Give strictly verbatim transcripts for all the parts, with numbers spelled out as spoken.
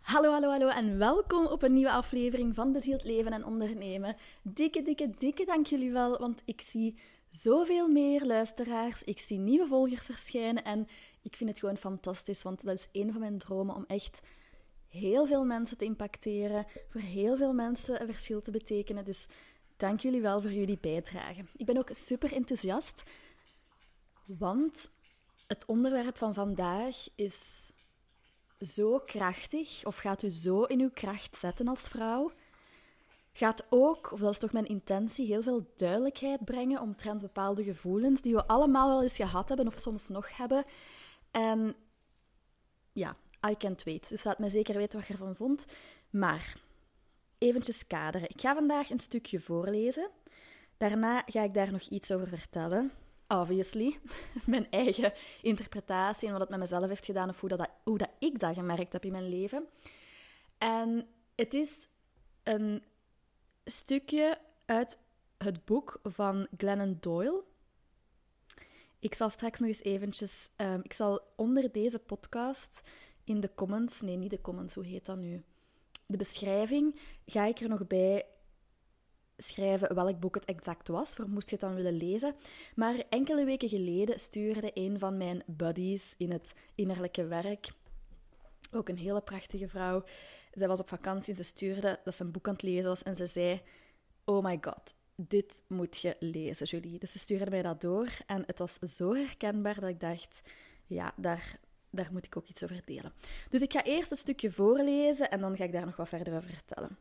Hallo, hallo, hallo en welkom op een nieuwe aflevering van Bezield Leven en Ondernemen. Dikke, dikke, dikke dank jullie wel, want ik zie zoveel meer luisteraars, ik zie nieuwe volgers verschijnen en ik vind het gewoon fantastisch, want dat is een van mijn dromen om echt heel veel mensen te impacteren, voor heel veel mensen een verschil te betekenen. Dus dank jullie wel voor jullie bijdrage. Ik ben ook super enthousiast, want het onderwerp van vandaag is zo krachtig, of gaat u zo in uw kracht zetten als vrouw, gaat ook, of dat is toch mijn intentie, heel veel duidelijkheid brengen omtrent bepaalde gevoelens die we allemaal wel eens gehad hebben, of soms nog hebben. En ja, I can't wait. Dus laat mij zeker weten wat je ervan vond. Maar, eventjes kaderen. Ik ga vandaag een stukje voorlezen. Daarna ga ik daar nog iets over vertellen. Obviously, mijn eigen interpretatie en wat het met mezelf heeft gedaan of hoe, dat, hoe dat ik dat gemerkt heb in mijn leven. En het is een stukje uit het boek van Glennon Doyle. Ik zal straks nog eens eventjes... Um, ik zal onder deze podcast in de comments... Nee, niet de comments, hoe heet dat nu? De beschrijving ga ik er nog bij schrijven welk boek het exact was, voor moest je het dan willen lezen. Maar enkele weken geleden stuurde een van mijn buddies in het innerlijke werk, ook een hele prachtige vrouw, zij was op vakantie en ze stuurde dat ze een boek aan het lezen was en ze zei, oh my god, dit moet je lezen, Julie. Dus ze stuurde mij dat door en het was zo herkenbaar dat ik dacht, ja, daar, daar moet ik ook iets over delen. Dus ik ga eerst een stukje voorlezen en dan ga ik daar nog wat verder over vertellen.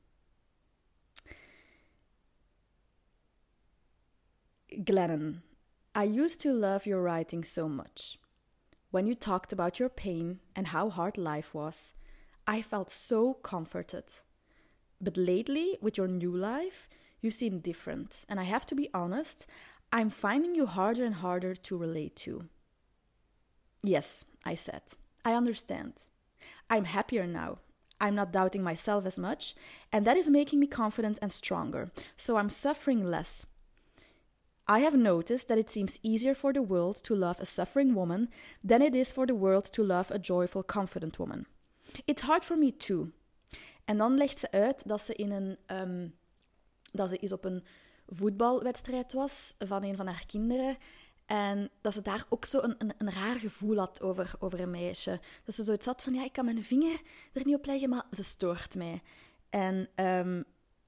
Glennon, I used to love your writing so much. When you talked about your pain and how hard life was, I felt so comforted. But lately, with your new life, you seem different. And I have to be honest, I'm finding you harder and harder to relate to. Yes, I said, I understand. I'm happier now. I'm not doubting myself as much, and that is making me confident and stronger, so I'm suffering less. I have noticed that it seems easier for the world to love a suffering woman than it is for the world to love a joyful, confident woman. It's hard for me too. En dan legt ze uit dat ze, in een, um, dat ze eens op een voetbalwedstrijd was van een van haar kinderen. En dat ze daar ook zo een, een, een raar gevoel had over, over een meisje. Dat ze zoiets had van, ja, ik kan mijn vinger er niet op leggen, maar ze stoort mij. En um,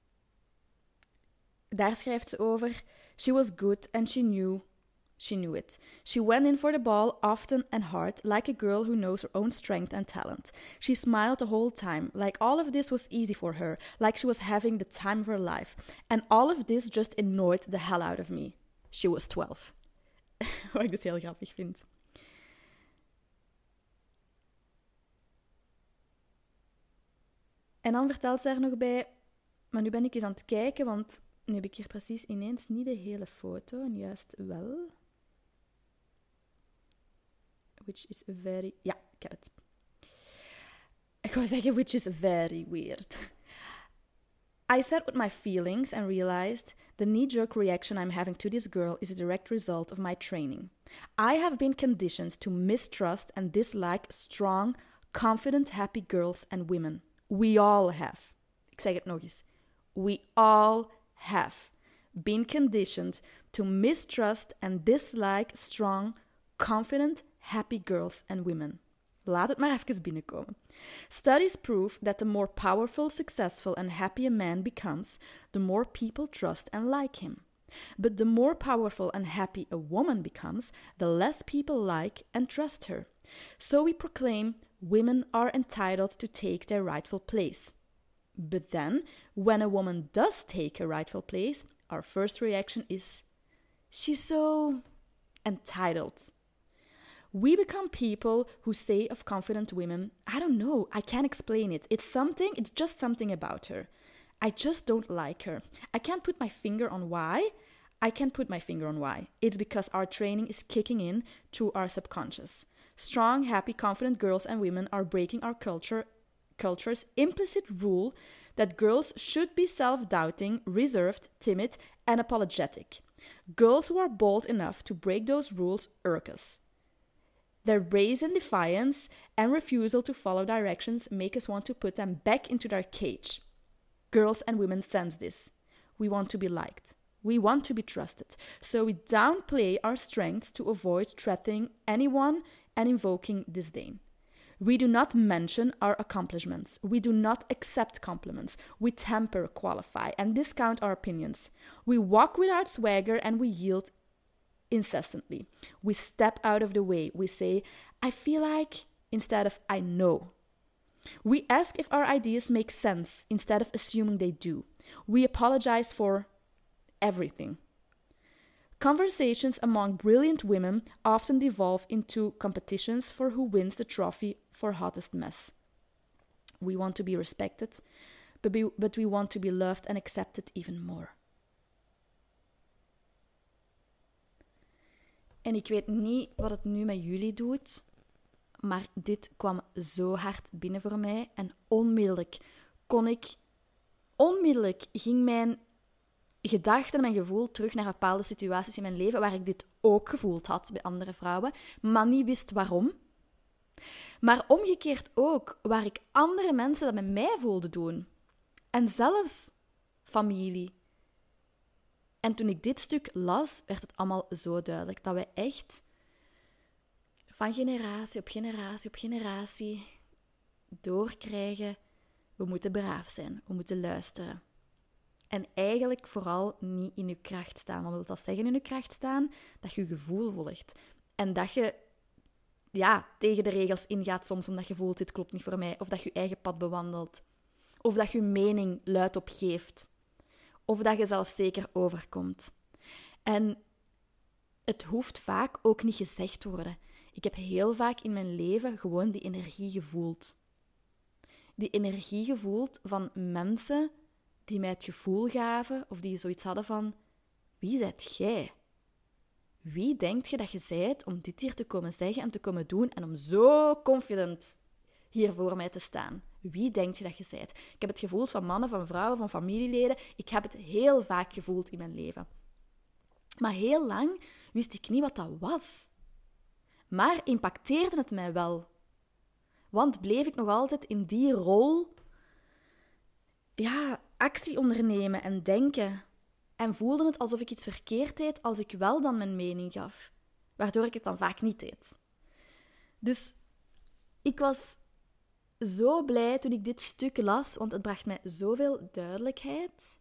daar schrijft ze over... She was good and she knew she knew it. She went in for the ball often and hard, like a girl who knows her own strength and talent. She smiled the whole time, like all of this was easy for her, like she was having the time of her life. And all of this just annoyed the hell out of me. She was twelve. Wat ik dus heel grappig vind. En dan vertelt ze daar nog bij... Maar nu ben ik eens aan het kijken, want... Nu heb ik hier precies ineens niet de hele foto, en juist wel. Which is very... Ja, ik heb het. Ik wou zeggen, which is very weird. I sat with my feelings and realized the knee-jerk reaction I'm having to this girl is a direct result of my training. I have been conditioned to mistrust and dislike strong, confident, happy girls and women. We all have. Ik zeg het nog eens. We all have been conditioned to mistrust and dislike strong, confident, happy girls and women. Laat het maar even binnenkomen. Studies prove that the more powerful, successful and happy a man becomes, the more people trust and like him. But the more powerful and happy a woman becomes, the less people like and trust her. So we proclaim women are entitled to take their rightful place. But then, when a woman does take a rightful place, our first reaction is, she's so entitled. We become people who say of confident women, I don't know, I can't explain it. It's something, it's just something about her. I just don't like her. I can't put my finger on why. I can't put my finger on why. It's because our training is kicking in to our subconscious. Strong, happy, confident girls and women are breaking our culture culture's implicit rule that girls should be self-doubting, reserved, timid, and apologetic. Girls who are bold enough to break those rules irk us. Their brazen defiance and refusal to follow directions make us want to put them back into their cage. Girls and women sense this. We want to be liked. We want to be trusted. So we downplay our strengths to avoid threatening anyone and invoking disdain. We do not mention our accomplishments. We do not accept compliments. We temper, qualify, and discount our opinions. We walk without swagger and we yield incessantly. We step out of the way. We say, I feel like, instead of I know. We ask if our ideas make sense instead of assuming they do. We apologize for everything. Conversations among brilliant women often devolve into competitions for who wins the trophy for hottest mess. We want to be respected, but we, but we want to be loved and accepted even more. En ik weet niet wat het nu met jullie doet, maar dit kwam zo hard binnen voor mij. En onmiddellijk kon ik... Onmiddellijk ging mijn gedachten en mijn gevoel terug naar bepaalde situaties in mijn leven waar ik dit ook gevoeld had bij andere vrouwen, maar niet wist waarom. Maar omgekeerd ook, waar ik andere mensen dat met mij voelde doen. En zelfs familie. En toen ik dit stuk las, werd het allemaal zo duidelijk dat wij echt van generatie op generatie op generatie doorkrijgen, we moeten braaf zijn, we moeten luisteren. En eigenlijk vooral niet in je kracht staan. Wat wil dat zeggen in je kracht staan? Dat je je gevoel volgt. En dat je ja, tegen de regels ingaat soms omdat je voelt, dit klopt niet voor mij. Of dat je je eigen pad bewandelt. Of dat je je mening luidop geeft. Of dat je zelfzeker overkomt. En het hoeft vaak ook niet gezegd te worden. Ik heb heel vaak in mijn leven gewoon die energie gevoeld. Die energie gevoeld van mensen die mij het gevoel gaven, of die zoiets hadden van, wie zijt jij? Wie denkt je dat je zijt om dit hier te komen zeggen en te komen doen en om zo confident hier voor mij te staan? Wie denkt je dat je zijt? Ik heb het gevoeld van mannen, van vrouwen, van familieleden. Ik heb het heel vaak gevoeld in mijn leven. Maar heel lang wist ik niet wat dat was. Maar impacteerde het mij wel. Want bleef ik nog altijd in die rol ja, actie ondernemen en denken. En voelde het alsof ik iets verkeerd deed als ik wel dan mijn mening gaf. Waardoor ik het dan vaak niet deed. Dus ik was zo blij toen ik dit stuk las, want het bracht mij zoveel duidelijkheid.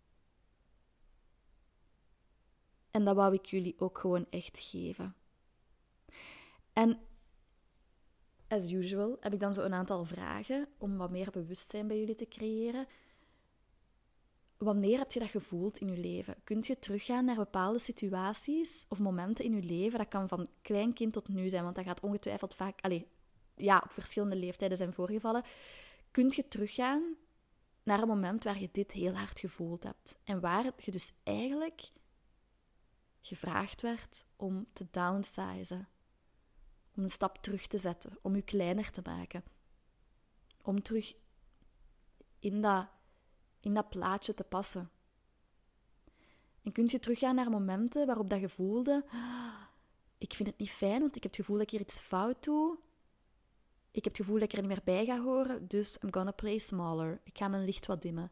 En dat wou ik jullie ook gewoon echt geven. En as usual heb ik dan zo een aantal vragen om wat meer bewustzijn bij jullie te creëren. Wanneer heb je dat gevoeld in je leven? Kunt je teruggaan naar bepaalde situaties of momenten in je leven? Dat kan van klein kind tot nu zijn, want dat gaat ongetwijfeld vaak allez, ja, op verschillende leeftijden zijn voorgevallen. Kunt je teruggaan naar een moment waar je dit heel hard gevoeld hebt en waar je dus eigenlijk gevraagd werd om te downsizen, om een stap terug te zetten, om je kleiner te maken, om terug in dat, in dat plaatje te passen. En kun je teruggaan naar momenten waarop dat je voelde, ah, ik vind het niet fijn, want ik heb het gevoel dat ik hier iets fout doe. Ik heb het gevoel dat ik er niet meer bij ga horen, dus I'm gonna play smaller. Ik ga mijn licht wat dimmen.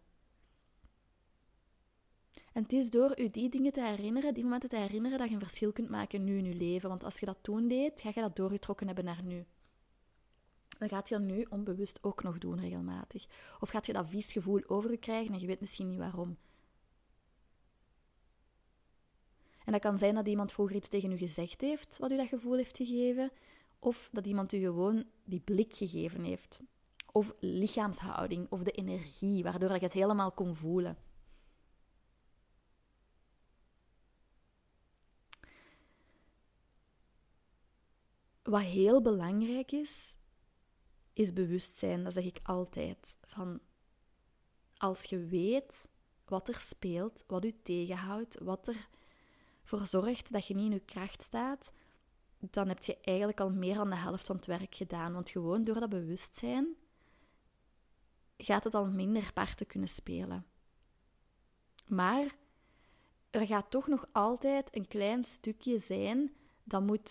En het is door je die dingen te herinneren, die momenten te herinneren, dat je een verschil kunt maken nu in je leven. Want als je dat toen deed, ga je dat doorgetrokken hebben naar nu. Dan gaat je dat nu onbewust ook nog doen, regelmatig. Of gaat je dat vies gevoel over je krijgen en je weet misschien niet waarom. En dat kan zijn dat iemand vroeger iets tegen je gezegd heeft, wat u dat gevoel heeft gegeven. Of dat iemand u gewoon die blik gegeven heeft. Of lichaamshouding, of de energie, waardoor je het helemaal kon voelen. Wat heel belangrijk is, is bewustzijn. Dat zeg ik altijd. Van, als je weet wat er speelt, wat u tegenhoudt, wat ervoor zorgt dat je niet in je kracht staat, dan heb je eigenlijk al meer dan de helft van het werk gedaan. Want gewoon door dat bewustzijn gaat het al minder parten kunnen spelen. Maar er gaat toch nog altijd een klein stukje zijn dat moet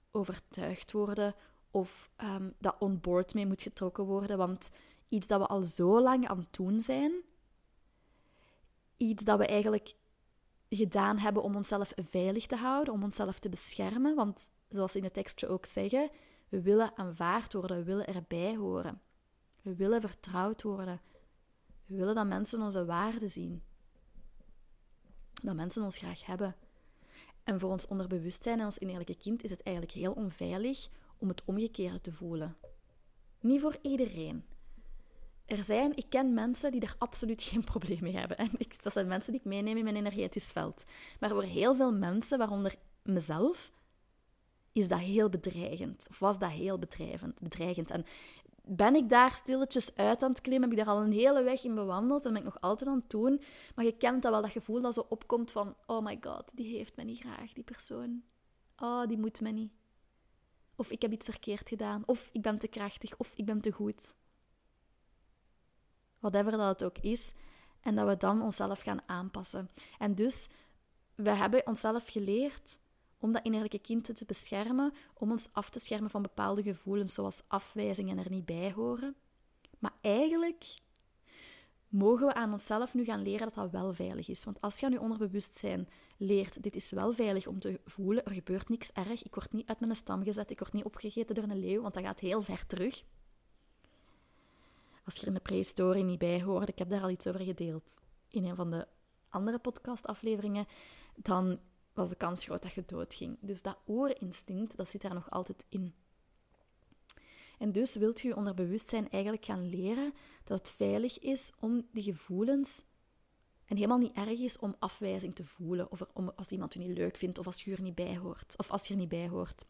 overtuigd worden of um, dat on board mee moet getrokken worden. Want iets dat we al zo lang aan het doen zijn, iets dat we eigenlijk gedaan hebben om onszelf veilig te houden, om onszelf te beschermen. Want zoals ze in het tekstje ook zeggen, we willen aanvaard worden, we willen erbij horen. We willen vertrouwd worden. We willen dat mensen onze waarde zien. Dat mensen ons graag hebben. En voor ons onderbewustzijn en ons innerlijke kind is het eigenlijk heel onveilig om het omgekeerde te voelen. Niet voor iedereen. Er zijn, ik ken mensen die daar absoluut geen probleem mee hebben. En ik, dat zijn mensen die ik meeneem in mijn energetisch veld. Maar voor heel veel mensen, waaronder mezelf, is dat heel bedreigend. Of was dat heel bedreigend. En ben ik daar stilletjes uit aan het klimmen, heb ik daar al een hele weg in bewandeld en ben ik nog altijd aan het doen. Maar je kent dat wel, dat gevoel dat zo opkomt van, oh my god, die heeft me niet graag, die persoon. Oh, die moet me niet. Of ik heb iets verkeerd gedaan. Of ik ben te krachtig. Of ik ben te goed. Whatever dat het ook is. En dat we dan onszelf gaan aanpassen. En dus, we hebben onszelf geleerd om dat innerlijke kind te beschermen, om ons af te schermen van bepaalde gevoelens, zoals afwijzing en er niet bij horen. Maar eigenlijk mogen we aan onszelf nu gaan leren dat dat wel veilig is. Want als je aan je onderbewustzijn leert, dit is wel veilig om te voelen, er gebeurt niks erg, ik word niet uit mijn stam gezet, ik word niet opgegeten door een leeuw, want dat gaat heel ver terug. Als je er in de prehistorie niet bij hoort, ik heb daar al iets over gedeeld in een van de andere podcastafleveringen, dan was de kans groot dat je doodging. Dus dat oerinstinct, dat zit daar nog altijd in. En dus wilt je je onderbewustzijn eigenlijk gaan leren dat het veilig is om die gevoelens, en helemaal niet erg is om afwijzing te voelen, of om, als iemand je niet leuk vindt, of als je er niet bij hoort, of als je er niet bij hoort.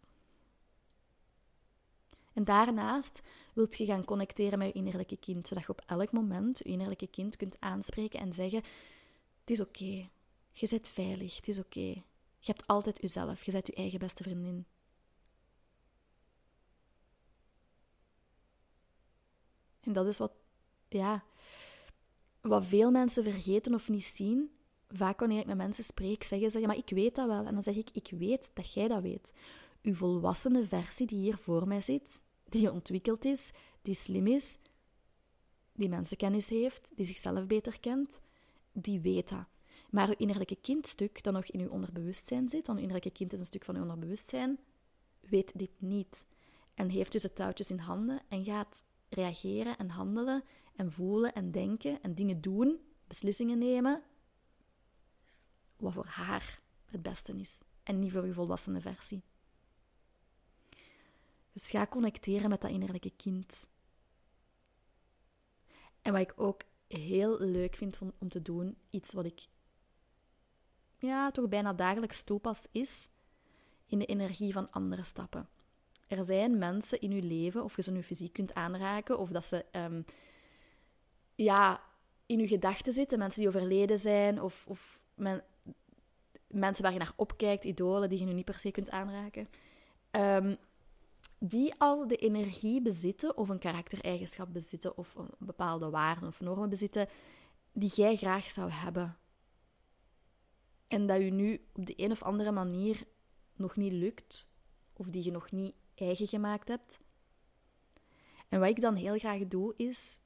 En daarnaast wilt je gaan connecteren met je innerlijke kind, zodat je op elk moment je innerlijke kind kunt aanspreken en zeggen, het is oké, okay. Je bent veilig, het is oké. Okay. Je hebt altijd jezelf, je bent je eigen beste vriendin. En dat is wat, ja, wat veel mensen vergeten of niet zien. Vaak wanneer ik met mensen spreek, zeggen ze, ja, maar ik weet dat wel. En dan zeg ik, ik weet dat jij dat weet. Uw volwassene versie die hier voor mij zit, die ontwikkeld is, die slim is, die mensenkennis heeft, die zichzelf beter kent, die weet dat. Maar uw innerlijke kindstuk, dat nog in uw onderbewustzijn zit, want uw innerlijke kind is een stuk van uw onderbewustzijn, weet dit niet. En heeft dus de touwtjes in handen en gaat reageren en handelen en voelen en denken en dingen doen, beslissingen nemen, wat voor haar het beste is. En niet voor uw volwassene versie. Dus ga connecteren met dat innerlijke kind. En wat ik ook heel leuk vind om, om te doen, iets wat ik ja, toch bijna dagelijks toepas, is in de energie van anderen stappen. Er zijn mensen in uw leven, of je ze nu fysiek kunt aanraken, of dat ze um, ja, in uw gedachten zitten, mensen die overleden zijn, of, of men, mensen waar je naar opkijkt, idolen die je nu niet per se kunt aanraken, um, die al de energie bezitten, of een karaktereigenschap bezitten, of een bepaalde waarden of normen bezitten, die jij graag zou hebben. En dat je nu op de een of andere manier nog niet lukt, of die je nog niet eigen gemaakt hebt. En wat ik dan heel graag doe, is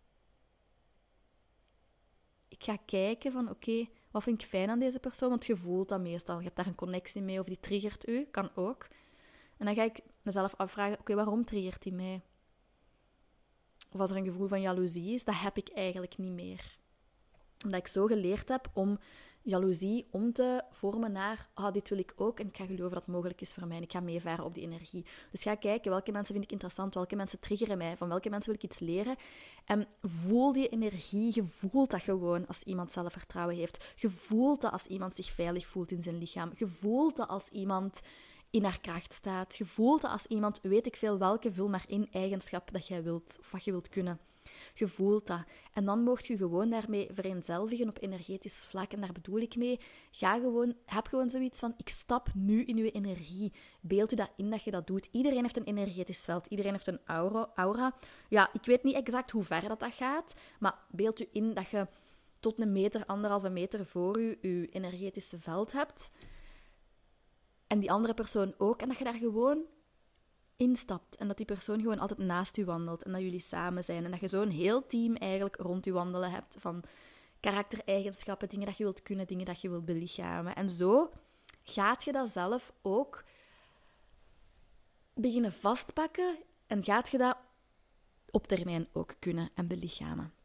ik ga kijken van, oké, okay, wat vind ik fijn aan deze persoon? Want je voelt dat meestal. Je hebt daar een connectie mee, of die triggert u, kan ook. En dan ga ik mezelf afvragen, oké, okay, waarom triggert die mij? Of als er een gevoel van jaloezie is, dat heb ik eigenlijk niet meer. Omdat ik zo geleerd heb om jaloezie om te vormen naar, ah, dit wil ik ook en ik ga geloven dat het mogelijk is voor mij en ik ga meevaren op die energie. Dus ga kijken, welke mensen vind ik interessant, welke mensen triggeren mij, van welke mensen wil ik iets leren. En voel die energie, je voelt dat gewoon als iemand zelfvertrouwen heeft. Je voelt dat als iemand zich veilig voelt in zijn lichaam. Je voelt dat als iemand in haar kracht staat. Je voelt dat als iemand, weet ik veel welke, vul maar in eigenschap dat jij wilt, of wat je wilt kunnen. Je voelt dat. En dan mocht je gewoon daarmee vereenzelvigen op energetisch vlak. En daar bedoel ik mee, ga gewoon, heb gewoon zoiets van, ik stap nu in je energie. Beeld u dat in dat je dat doet. Iedereen heeft een energetisch veld. Iedereen heeft een aura. aura. Ja, ik weet niet exact hoe ver dat, dat gaat. Maar beeld u in dat je tot een meter, anderhalve meter voor u, je energetische veld hebt. En die andere persoon ook. En dat je daar gewoon instapt en dat die persoon gewoon altijd naast u wandelt en dat jullie samen zijn en dat je zo'n heel team eigenlijk rond u wandelen hebt van karaktereigenschappen, dingen dat je wilt kunnen, dingen dat je wilt belichamen. En zo gaat je dat zelf ook beginnen vastpakken en gaat je dat op termijn ook kunnen en belichamen.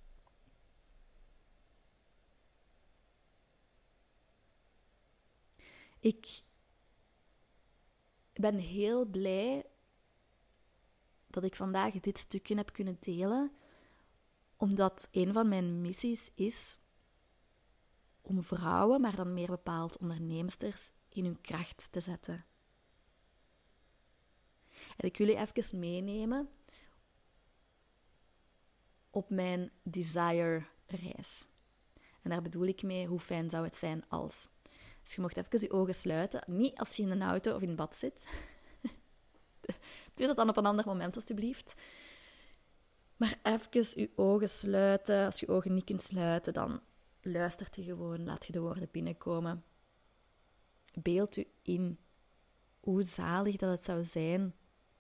Ik ben heel blij dat ik vandaag dit stukje heb kunnen delen, omdat een van mijn missies is om vrouwen, maar dan meer bepaald onderneemsters, in hun kracht te zetten. En ik wil je even meenemen op mijn desire-reis. En daar bedoel ik mee, hoe fijn zou het zijn als... Dus je mocht even je ogen sluiten. Niet als je in een auto of in bad zit. Doe dat dan op een ander moment, alsjeblieft. Maar even je ogen sluiten. Als je je ogen niet kunt sluiten, dan luistert je gewoon. Laat je de woorden binnenkomen. Beeld u in hoe zalig dat het zou zijn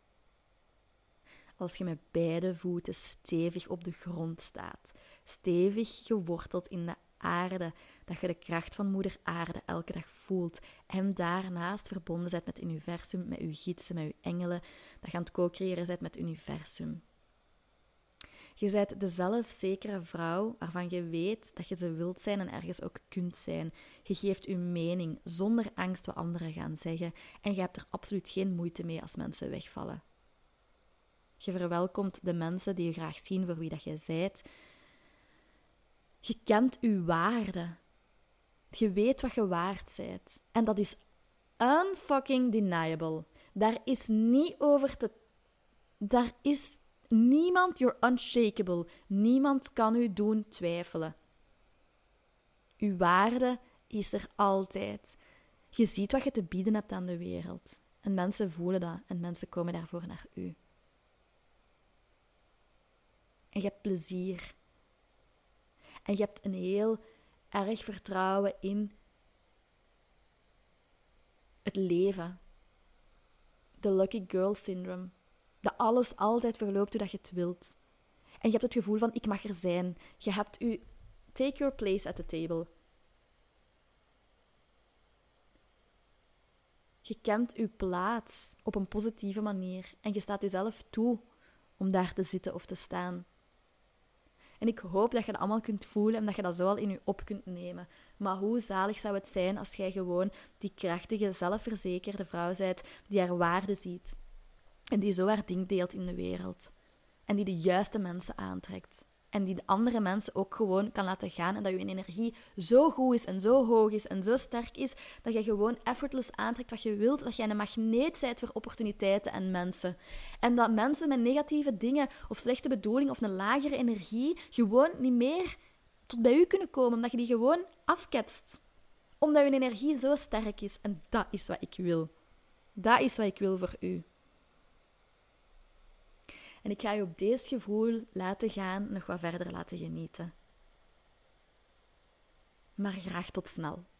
als je met beide voeten stevig op de grond staat. Stevig geworteld in de aarde, dat je de kracht van moeder aarde elke dag voelt en daarnaast verbonden bent met het universum, met je gidsen, met je engelen, dat je aan het co-creëren bent met het universum. Je bent de zelfzekere vrouw waarvan je weet dat je ze wilt zijn en ergens ook kunt zijn. Je geeft je mening zonder angst wat anderen gaan zeggen en je hebt er absoluut geen moeite mee als mensen wegvallen. Je verwelkomt de mensen die je graag zien voor wie dat je bent. Je kent je waarde. Je weet wat je waard bent. En dat is unfucking deniable. Daar is niet over te... Daar is niemand... You're unshakable. Niemand kan u doen twijfelen. Uw waarde is er altijd. Je ziet wat je te bieden hebt aan de wereld. En mensen voelen dat. En mensen komen daarvoor naar u. En je hebt plezier. En je hebt een heel erg vertrouwen in het leven. De lucky girl syndrome. Dat alles altijd verloopt hoe dat je het wilt. En je hebt het gevoel van, ik mag er zijn. Je hebt je... Take your place at the table. Je kent je plaats op een positieve manier. En je staat jezelf toe om daar te zitten of te staan. En ik hoop dat je dat allemaal kunt voelen en dat je dat zo al in je op kunt nemen. Maar hoe zalig zou het zijn als jij gewoon die krachtige, zelfverzekerde vrouw bent die haar waarde ziet. En die zo haar ding deelt in de wereld. En die de juiste mensen aantrekt. En die de andere mensen ook gewoon kan laten gaan. En dat je energie zo goed is en zo hoog is en zo sterk is, dat je gewoon effortless aantrekt wat je wilt. Dat jij een magneet bent voor opportuniteiten en mensen. En dat mensen met negatieve dingen of slechte bedoelingen of een lagere energie gewoon niet meer tot bij u kunnen komen. Omdat je die gewoon afketst. Omdat je energie zo sterk is. En dat is wat ik wil. Dat is wat ik wil voor u. En ik ga je op deze gevoel laten gaan, nog wat verder laten genieten. Maar graag tot snel.